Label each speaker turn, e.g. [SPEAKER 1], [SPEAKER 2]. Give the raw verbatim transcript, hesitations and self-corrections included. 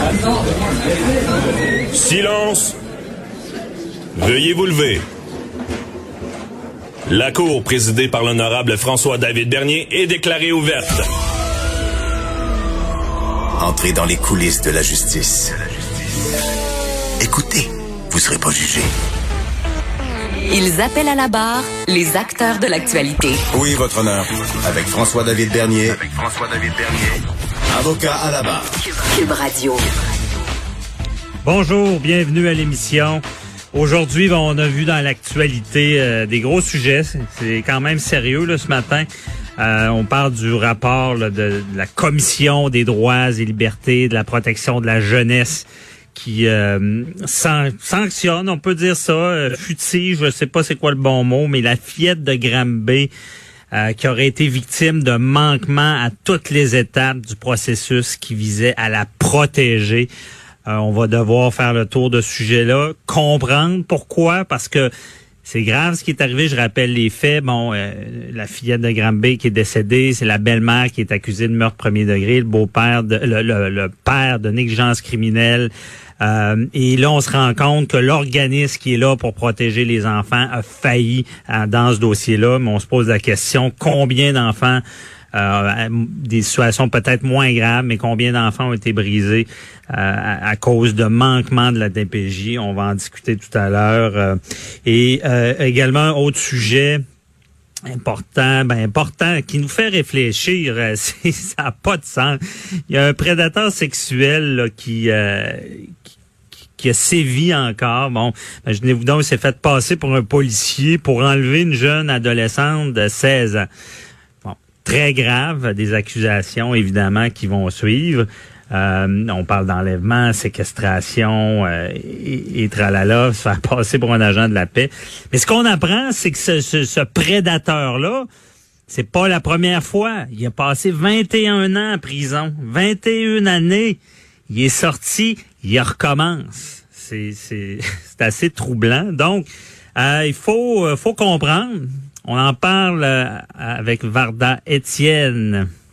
[SPEAKER 1] Silence. Veuillez vous lever. La cour, présidée par l'honorable François-David Bernier, est déclarée ouverte.
[SPEAKER 2] Entrez dans les coulisses de la justice. Écoutez, vous serez pas jugé.
[SPEAKER 3] Ils appellent à la barre les acteurs de l'actualité.
[SPEAKER 2] Oui, votre honneur. Avec François-David Bernier. Avec François-David Bernier. Avocat à la barre.
[SPEAKER 3] Cube Radio.
[SPEAKER 4] Bonjour, bienvenue à l'émission. Aujourd'hui, on a vu dans l'actualité euh, des gros sujets. C'est quand même sérieux là, ce matin. Euh, on parle du rapport là, de, de la Commission des droits et libertés, de la protection de la jeunesse qui euh, san- sanctionne, on peut dire ça, euh, futige, je sais pas c'est quoi le bon mot, mais la fillette de Granby euh, qui aurait été victime de manquements à toutes les étapes du processus qui visait à la protéger. Euh, on va devoir faire le tour de ce sujet-là, comprendre pourquoi, parce que c'est grave ce qui est arrivé. Je rappelle les faits. Bon, euh, la fillette de Granby qui est décédée, c'est la belle-mère qui est accusée de meurtre premier degré, le beau-père, de, le, le, le père de négligence criminelle. Euh, et là, on se rend compte que l'organisme qui est là pour protéger les enfants a failli euh, dans ce dossier-là. Mais on se pose la question, combien d'enfants, euh, des situations peut-être moins graves, mais combien d'enfants ont été brisés euh, à, à cause de manquements de la D P J? On va en discuter tout à l'heure. Euh, et euh, également, un autre sujet important, ben important, qui nous fait réfléchir, euh, c'est, ça n'a pas de sens. Il y a un prédateur sexuel là, qui, euh, qui qui a sévi encore. Bon, imaginez-vous donc, il s'est fait passer pour un policier pour enlever une jeune adolescente de seize ans. Bon, très grave, des accusations évidemment qui vont suivre. Euh, on parle d'enlèvement, séquestration euh, et, et tralala, se faire passer pour un agent de la paix. Mais ce qu'on apprend, c'est que ce, ce, ce prédateur-là, c'est pas la première fois. Il a passé vingt et un ans en prison, vingt et une années. Il est sorti, il recommence. C'est, c'est, c'est assez troublant. Donc, euh, il faut, faut comprendre. On en parle euh, avec Varda Étienne.